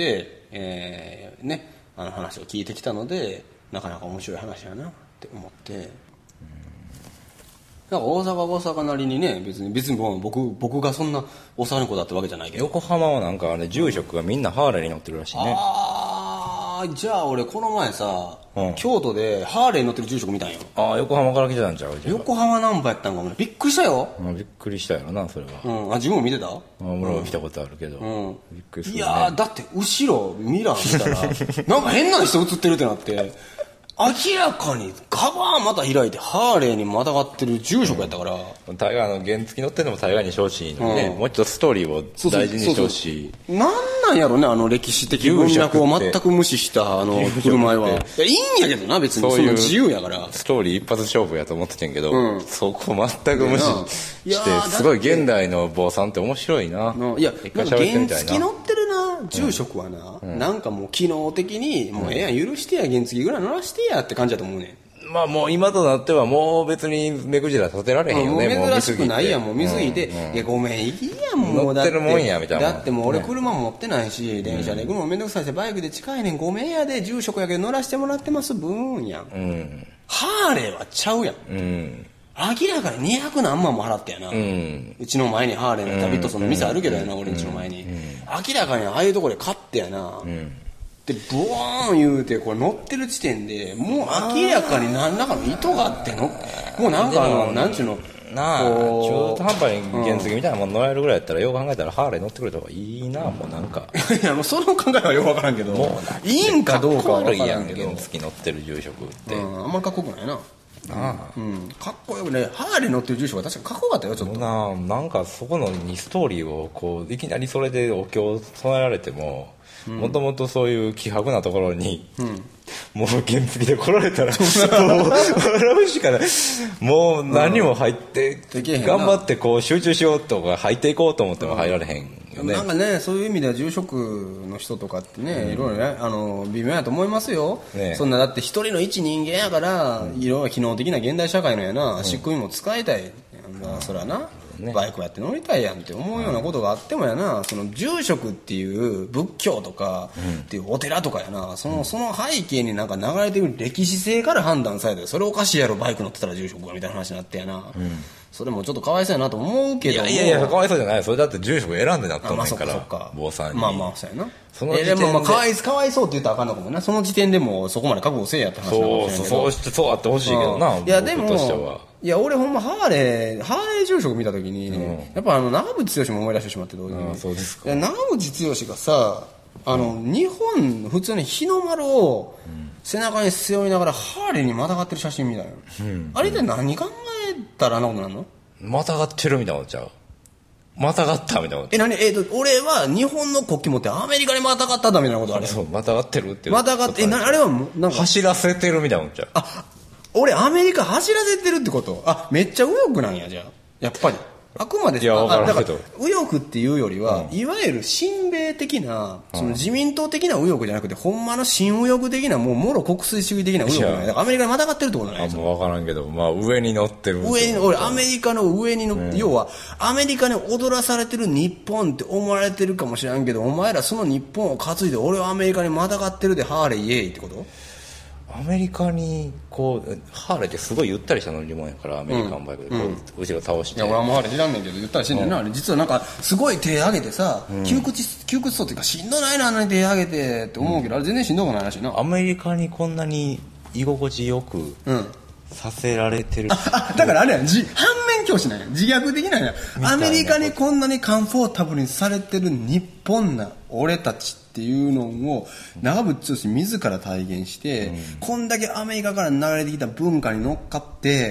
話を聞いてきたのでなかなか面白い話やなって思って、大阪なりにね、別に僕がそんな大阪の子だったわけじゃないけど、 横浜は住職がみんなハーレーに乗ってるらしいね。 じゃあ俺この前さ、京都でハーレーに乗ってる住職見たんよ。 横浜から来てたんちゃう。 横浜ナンバーやったんかもね。びっくりしたよ。 びっくりしたやろなそれは。 自分も見てた。 俺も見たことあるけど、びっくりするね。 いやだって後ろミラー見たらなんか変な人映ってるってなって明らかにカバーまた開いてハーレーにまたがってる住職やったから、 タイガーの原付乗ってるのもタイガーにしてほしいのにね、もうちょっとストーリーを大事にしてほしい。 なんやろね、あの歴史的文脈を全く無視したあの振る舞いは。いや、いいんやけどな、別にその自由やから。 ストーリー一発勝負やと思っててんけど、そこ全く無視して、すごい現代の坊さんって面白いな。 いや、原付乗ってるな、住職はな、なんかもう機能的に、もうええやん、許してや、原付ぐらい乗らしてやって感じだと思うね。 まあもう今となってはもう別に目くじら立てられへんよね。 もう珍しくないやん、もう見すぎて、いやごめんいいやん、もう乗ってるもんやみたいな。 だってもう俺車持ってないし、電車で行くのもめんどくさいし、バイクで近いねん、ごめんやで、住職やけど乗らせてもらってますブーンやん。ハーレーはちゃうやん。明らかに200何万も払ってやな、うちの前にハーレーのダビッドソンの店あるけどやな、俺んちの前に、明らかにああいうところで買ってやな、でブワーン言うてこれ乗ってる時点でもう明らかに何らかの意図があっての、もうなんかなんちゅうのなあ、中途半端に原付みたいなもん乗られるぐらいやったら、よく考えたらハーレー乗ってくれた方がいいな、もうなんかいやもうその考えはよく分からんけど、もういいんかどうかは分からんけど、 原付乗ってる住職って、 あんまかっこよくないな。かっこよくね、ハーレー乗ってる住所が確かかっこよかったよ、ちょっとなんかそこのにストーリーをこういきなりそれでお経を唱えられても、もともとそういう希薄なところに、もう原付で来られたらもう笑うしかない。もう何も入って、頑張ってこう集中しようとか入っていこうと思っても入られへんよね。 なんかね、そういう意味では住職の人とかってね、いろいろね、微妙やと思いますよ、そんなだって一人の一人間やから、いろいろ機能的な現代社会のやな、仕組みも使いたい、それはな、バイクやって乗りたいやんって思うようなことがあってもやな、その住職っていう仏教とかっていうお寺とかやな、その背景になんか流れてくる歴史性から判断されて、それおかしいやろバイク乗ってたら住職がみたいな話になってやな、それもちょっとかわいそうやなと思うけども、 いやかわいそうじゃない、それだって住職選んでなったんだから坊さんに、 まあそうやな、でもかわいそうって言ったらあかんのかもな、その時点でもそこまで覚悟せえやって話なのかもしれないけど、 そうあってほしいけどな。 いやでもいや俺ほんまハーレー住職見た時に、やっぱ長渕剛も思い出してしまって、同時にそうですか。 長渕剛がさ、日本普通に日の丸を背中に背負いながらハーレーにまたがってる写真みたいな、あれで何考えたらあんなことなるの？ またがってるみたいなことちゃう、またがったみたいなこと。 俺は日本の国旗持ってアメリカにまたがっただみたいなことあれ。 そう、またがってるってまたがって、あれはなんか走らせてるみたいなことちゃう。 俺アメリカ走らせてるってこと？めっちゃ右翼なんや、じゃあやっぱりあくまで。 いや分からんけど、 右翼っていうよりは、いわゆる親米的な、その自民党的な右翼じゃなくて、ほんまの親右翼的な、もうもろ国粋主義的な右翼なんや。だからアメリカにまたがってるってことない？ もう分からんけど、まあ上に乗ってる。 俺アメリカの上に乗って、要はアメリカに踊らされてる日本って思われてるかもしれんけど、お前らその日本を担いで俺はアメリカにまたがってるでハーレーイエーイってこと？ アメリカにこうハーレーってすごいゆったりした乗り物やから、アメリカンバイクでこう、後ろ倒して。 いや俺はもうハーレー知らんねんけど、ゆったりしてんねんな、あれ実はなんかすごい手上げてさ、窮屈そうっていうかしんどないな、あんなに手上げてって思うけど、あれ全然しんどくないらしいな。 アメリカにこんなに居心地よくさせられてる、 だからあれやん、反面教師なんや、自虐的なんや。アメリカにこんなにカンフォータブルにされてる日本な俺たちっていうのを長渕剛自ら体現して、こんだけアメリカから流れてきた文化に乗っかって、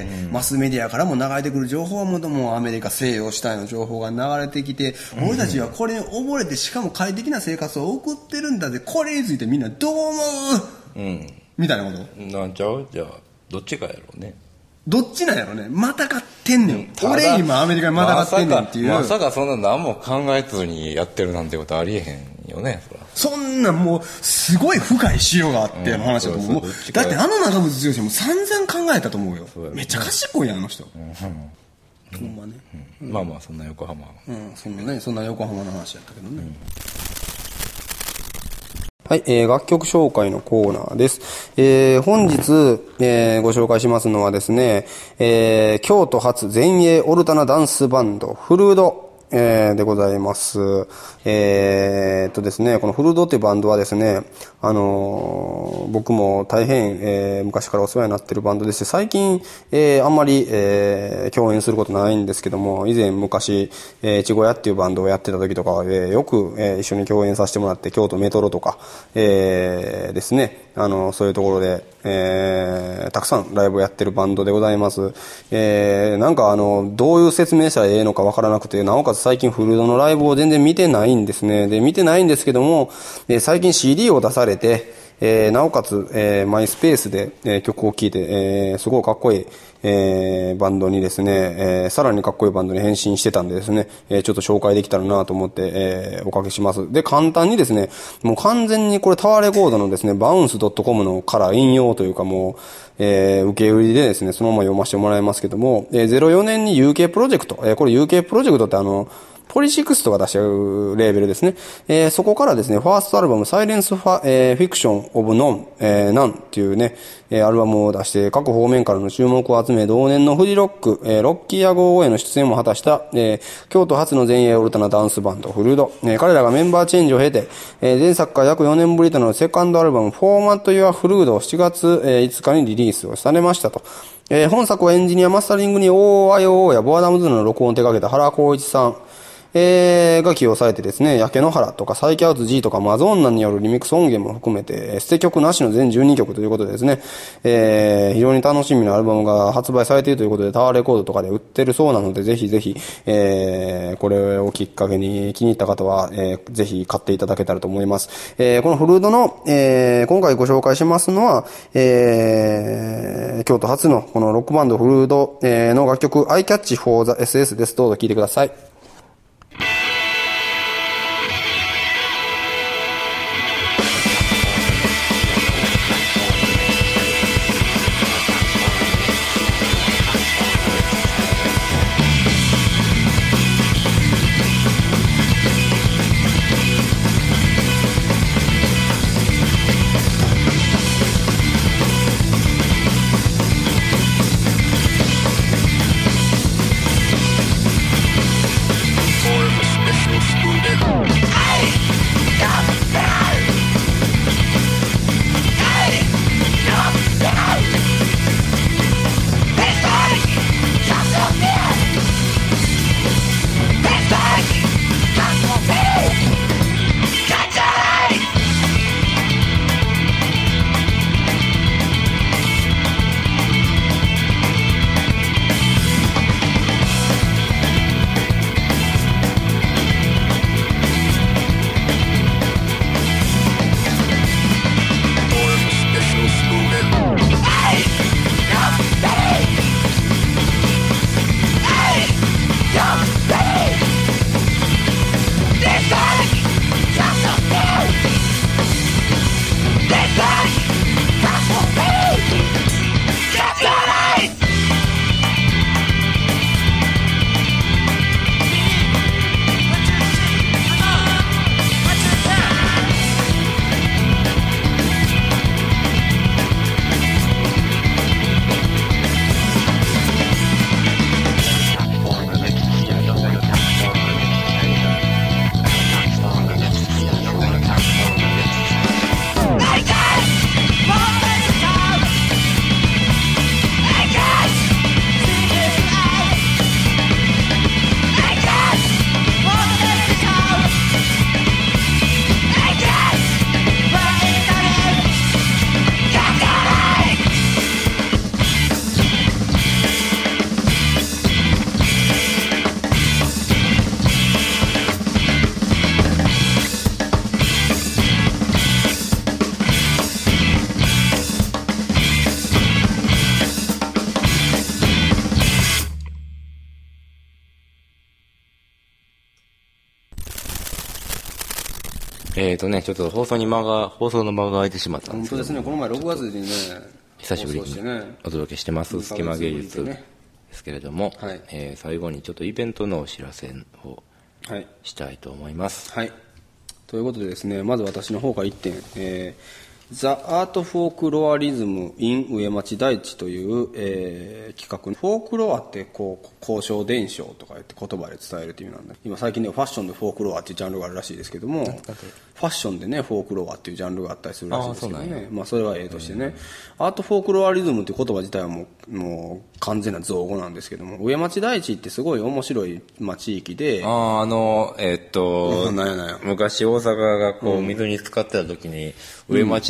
マスメディアからも流れてくる情報はもうアメリカ西洋主体の情報が流れてきて、俺たちはこれに溺れてしかも快適な生活を送ってるんだぜ、これについてみんなどう思う、みたいなことなんちゃう。じゃあどっちかやろうね。 どっちなんやろね。またがってんねん。俺今アメリカにまたがってんねんっていう。 まさかそんな何も考えずにやってるなんてことありえへんよね。 そんなもうすごい深い資料があっての話だと思う。だって長渕剛も散々考えたと思うよ。めっちゃ賢いやん、あの人。ほんまね。 まあまあそんな横浜。 そんな横浜の話やったけどね。はい、楽曲紹介のコーナーです。本日、ご紹介しますのはですね、京都発前衛オルタナダンスバンド、フルード、でございます。ですね、このフルードっていうバンドはですね、僕も大変、昔からお世話になっているバンドでして、最近、あんまり、共演することないんですけども、以前昔、ちごやっていうバンドをやってた時とかは、よく、一緒に共演させてもらって、京都メトロとか、ですね、 そういうところで、たくさんライブをやってるバンドでございます。なんかどういう説明したらええのかわからなくて、なおかつ最近フルードのライブを全然見てないんですね。で、見てないんですけども、最近 CD を出されて、なおかつ、マイスペースで、曲を聴いて、すごいかっこいい、バンドにですね、さらにかっこいいバンドに変身してたんでですね、ちょっと紹介できたらなと思って、おかけします。で、簡単にですね、もう完全にこれタワーレコードのですね、bounce.com のから引用というかもう、受け売りでですね、そのまま読ませてもらいますけども、04年に UK プロジェクト、これ UK プロジェクトってポリシックスとか出してるレーベルですね。そこからですね、ファーストアルバム、サイレンスフィクションオブノン、ナンっていうね、アルバムを出して、各方面からの注目を集め、同年のフジロック、ロッキーアゴーへの出演も果たした、京都初の前衛オルタナダンスバンド、フルード。彼らがメンバーチェンジを経て、前作から約4年ぶりとなるセカンドアルバム、フォーマット・ユア・フルードを7月5日にリリースをされましたと。本作はエンジニアマスタリングに OIO やボアダムズの録音を手掛けた原光一さん、が起用されてですね、焼け野原とかサイキャウツ G とかマゾンナによるリミックス音源も含めて、捨て曲なしの全12曲ということでですね、非常に楽しみなアルバムが発売されているということで、タワーレコードとかで売ってるそうなので、ぜひぜひ、これをきっかけに気に入った方は、ぜひ買っていただけたらと思います。このフルードの、今回ご紹介しますのは、京都初のこのロックバンドフルード、の楽曲 I Catch for the SS です。どうぞ聴いてください。 ちょっと放送の間が空いてしまったんですけど。 本当ですね、この前6月にね、 久しぶりにお届けしてます、隙間芸術ですけれども、はい、最後にちょっとイベントのお知らせをしたいと思います。 はい。ということでですね、まず私の方から1点、The Art Folklorism in 上町台地という、企画。フォークロアってこう交渉伝承とか言って言葉で伝えるという意味なんだ。今最近ではファッションでフォークロアっていうジャンルがあるらしいですけども、ファッションでねフォークロアっていうジャンルがあったりするらしいですけどね。まあそれはとしてね、アートフォークロアリズムっていう言葉自体はもう完全な造語なんですけども、上町台地ってすごい面白い地域で、 昔大阪がこう水に浸かってた時に、上町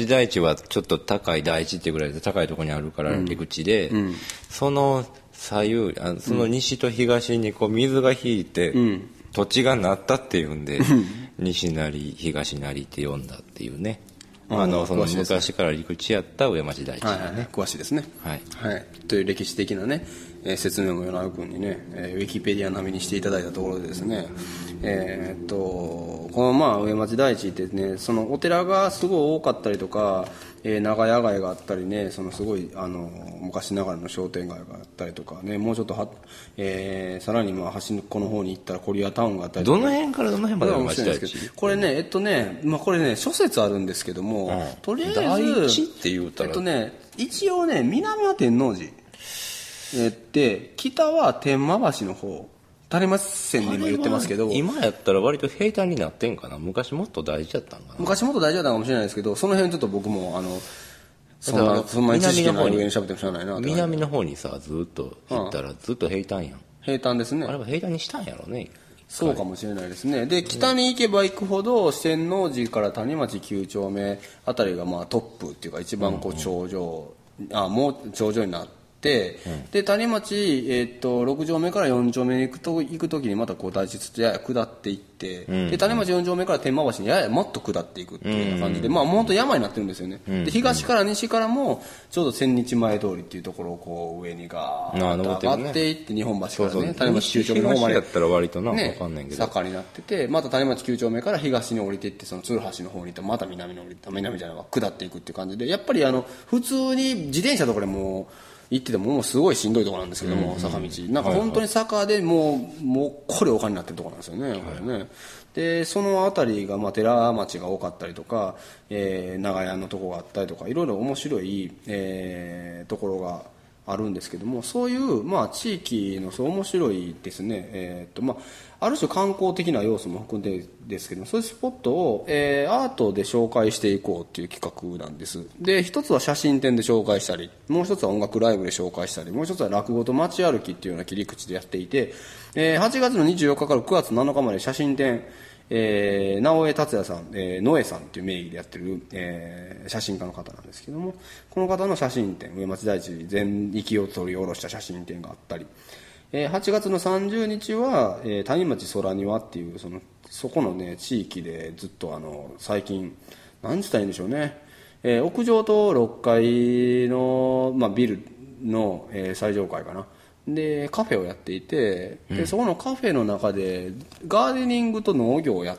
町台地はちょっと高い台地っていうぐらいで高いところにあるから陸地で、その左右その西と東にこう水が引いて、土地がなったっていうんで、西なり東なりって呼んだっていうね、その昔から陸地やった上町台地がね、 詳しいですね。はい、という歴史的なね、説明も与那君にね、ウィキペディア並みにしていただいたところでですね、この上町台地ってね、そのお寺がすごい多かったりとか、長屋街があったりね、そのすごい昔ながらの商店街があったりとかね、もうちょっとさらに端っこの方に行ったらコリアタウンがあったりとか、 どの辺からどの辺まで上町台地、 これねこれね諸説あるんですけども、とりあえず台地って言うたら一応ね、南は天王寺で、北は天満橋の方、谷町線にも言ってますけど、 今やったら割と平坦になってんかな。昔もっと大事だったんかな。 昔もっと大事だったかもしれないですけど、その辺ちょっと僕もそんなに知識ない上に喋っても知らないな。 南の方にさ、ずっと行ったらずっと平坦やん。 平坦ですね。 あれは平坦にしたんやろね。 そうかもしれないですね。で、北に行けば行くほど、天王寺から谷町9丁目あたりがトップっていうか、一番頂上、もう頂上になって、で谷町、6丁目から4丁目に行くときにまた台地やや下っていって、で谷町4丁目から天満橋にややもっと下っていくっていう感じで、本当山になってるんですよね。で東から西からもちょうど千日前通りっていうところをこう上にガーッと上がっていって、日本橋からね、谷町9丁目の方までやったら割とな、分かんないけど坂になってて、また谷町9丁目から東に降りていって、その鶴橋の方に行ってまた南に降りて、南じゃないわ、下っていくっていう感じで、やっぱり普通に自転車とかでも行っててもすごいしんどいところなんですけども、坂道なんか本当に坂でもうこれ丘になってるところなんですよね、これね。でその辺りが寺町が多かったりとか、長屋のとこがあったりとか、いろいろ面白い、ところがあるんですけども、そういう地域の面白いですね、ある種観光的な要素も含んでですけども、そういうスポットを、アートで紹介していこうっていう企画なんです。で一つは写真展で紹介したり、もう一つは音楽ライブで紹介したり、もう一つは落語と街歩きっていうような切り口でやっていて、8月の24日から9月7日まで写真展、直江達也さん、野江さんっていう名義でやってる、写真家の方なんですけども、この方の写真展、上町台地全域を取り下ろした写真展があったり、8月の30日は、谷町空庭っていうそこのね地域でずっと最近何て言ったらいいんでしょうね、屋上と6階の、ビルの、最上階かなでカフェをやっていて、でそこのカフェの中でガーデニングと農業をやって、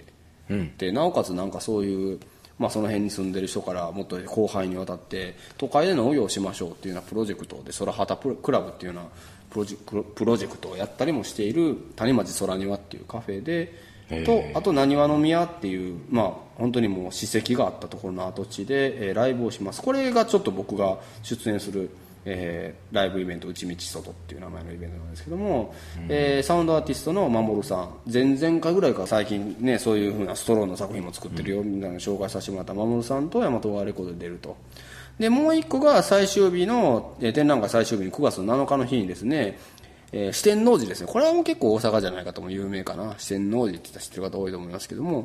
でなおかつそういうその辺に住んでる人からもっと広範囲にわたって都会で農業をしましょうっていうようなプロジェクトで、空畑クラブっていうようなプロジェクトをやったりもしている谷町空庭っていうカフェで、あとなにわの宮っていう、本当にもう史跡があったところの跡地で、ライブをします。これがちょっと僕が出演する、ライブイベント、内道外っていう名前のイベントなんですけども、サウンドアーティストの守さん、前々回ぐらいから最近ね、そういう風なストローの作品も作ってるよみたいなのを紹介させてもらった守さんと大和川レコードで出ると。でもう一個が最終日の、展覧会最終日に9月7日の日にですね、四天王寺ですね。これはもう結構大阪じゃないかとも有名かな。四天王寺って言ったら知ってる方多いと思いますけども、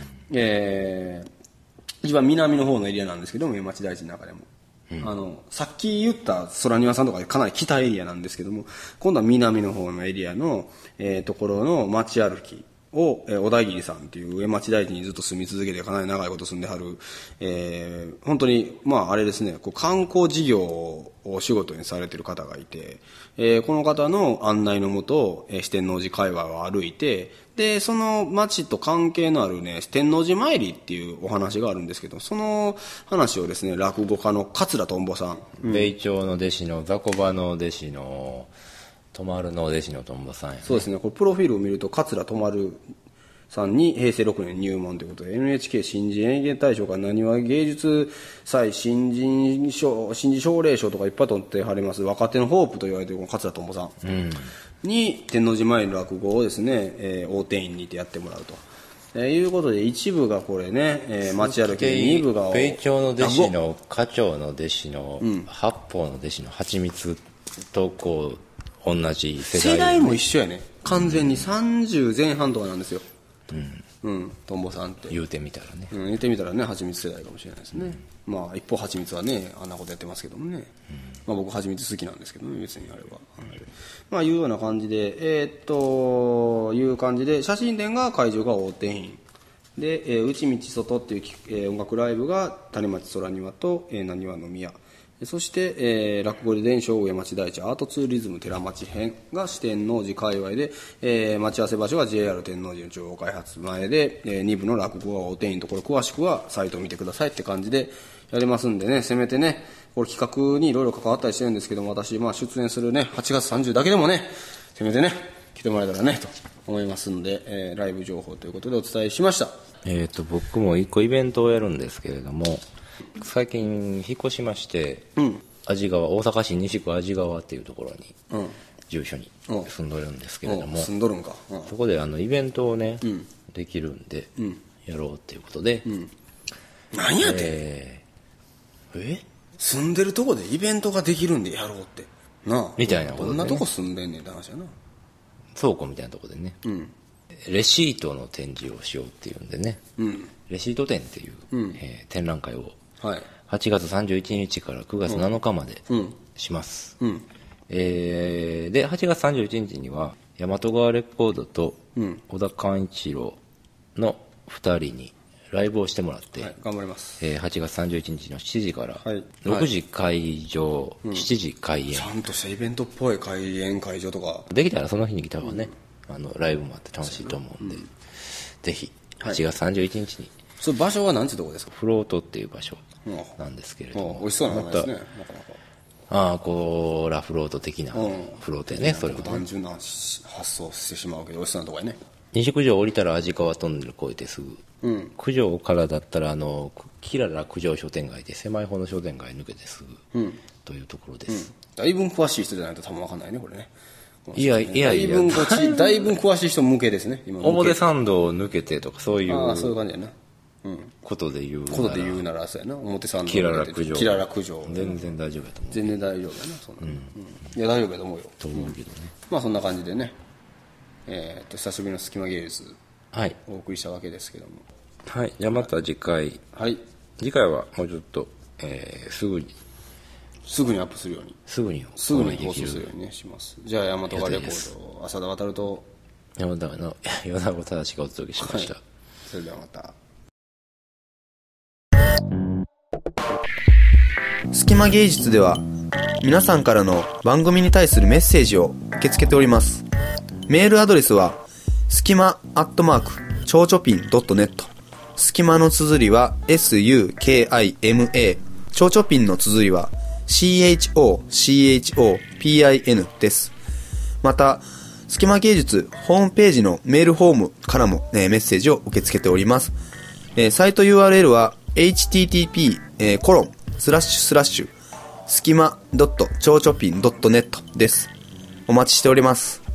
一番南の方のエリアなんですけども、上町台地の中でも、さっき言った空庭さんとかかなり北エリアなんですけども、今度は南の方のエリアの、ところの街歩きを、小田切さんっていう上町台地にずっと住み続けてかなり長いこと住んではる、本当にあれですね、観光事業をお仕事にされてる方がいて、この方の案内のもと、四天王寺界隈を歩いて、でその町と関係のあるね天王寺参りっていうお話があるんですけど、その話をですね落語家の桂とんぼさん、 米朝の弟子の雑魚場の弟子の泊まるの弟子のとんぼさんや、ね、 そうですね、これプロフィールを見ると桂とまるさんに平成6年入門ということで NHK 新人演芸大賞からなにわ芸術祭新人奨励賞とかいっぱい取ってはります若手のホープと言われているこの桂とんぼさんに天王寺前の落語をですね、大定員にてやってもらうと、いうことで一部がこれね、街歩きで二部が米朝の弟子の課長の弟子の、八方の弟子の蜂蜜とこう同じ世代、 世代も一緒やね、完全に30前半とかなんですよ、 トンボさんって言うてみたらね、 言ってみたらね、はちみつ世代かもしれないですね。まあ一方はちみつはね、あんなことやってますけどもね、まあ僕はちみつ好きなんですけどね、別にあれは。まあいうような感じで、いう感じで、写真展が会場が大手院で、内道外っていう、音楽ライブが谷町空庭となにわの宮、そして、落語で伝承上町大地アートツーリズム寺町編が四天王寺界隈で、待ち合わせ場所は JR 天王寺の中央開発前で、2部の落語が大手院と、これ詳しくはサイトを見てくださいって感じでやりますんでね、せめてね、これ企画にいろいろ関わったりしてるんですけども、私、まあ出演するね、8月30だけでもね、せめてね、来てもらえたらね、と思いますんで、ライブ情報ということでお伝えしました。 僕も一個イベントをやるんですけれども、最近引っ越しまして、大阪市西区安治川っていうところに、住所に住んどるんですけれども、 住んどるんか、 そこでイベントをね、できるんで、やろうっていうことで、 何やて、住んでるとこでイベントができるんでやろうってなあ、 みたいなことで、ね、 どんなとこ住んでんねんって話やな。 倉庫みたいなとこでね、レシートの展示をしようっていうんでね、レシート展っていう、展覧会を8月31日から9月7日までします、で8月31日には大和川レコードと小田寛一郎の2人にライブをしてもらって、 頑張ります、 8月31日の7時から6時会場、7時開演、 ちゃんとしたイベントっぽい開演会場とかできたらその日に来た方がね、ライブもあって楽しいと思うんで、ぜひ8月31日に、 それ場所は何ていうとこですか？ フロートっていう場所なんですけれども、 美味しそうな名前ですね、なかなか。 ラフロート的なフロートやね、それはね。 単純な発想してしまうけど美味しそうなとこやね。 西九条降りたら安治川トンネル越えてすぐ、九条からだったらキララ九条商店街で狭い方の商店街抜けてすぐ、というところです、 だいぶ詳しい人じゃないと多分分かんないね、これね。 いやだいぶ詳しい人向けですね、今表参道を抜けてとかそういうそういう感じやな、 ことで言うならそうやな、表参道キララ九条全然大丈夫やと思う。 全然大丈夫やな、そんな、いや大丈夫やと思うよと思うけどね、 まあそんな感じでね、久しぶりの隙間芸術お送りしたわけですけども、 はい、じゃあまた次回、次回はもうちょっと、すぐにアップするようにすぐに放送するようにねします。じゃあ大和川レコード浅田渉と米田正がお届けしました、 それではまた。 隙間芸術では皆さんからの番組に対するメッセージを受け付けております。メールアドレスは隙間@ちょうちょぴん.net、 隙間の綴りは SUKIMA、 ちょうちょぴんの綴りは CHOCHOPIN です。また隙間芸術ホームページのメールフォームからも、メッセージを受け付けております。サイト URL は http:// 隙間ちょうちょぴん.net です。お待ちしております。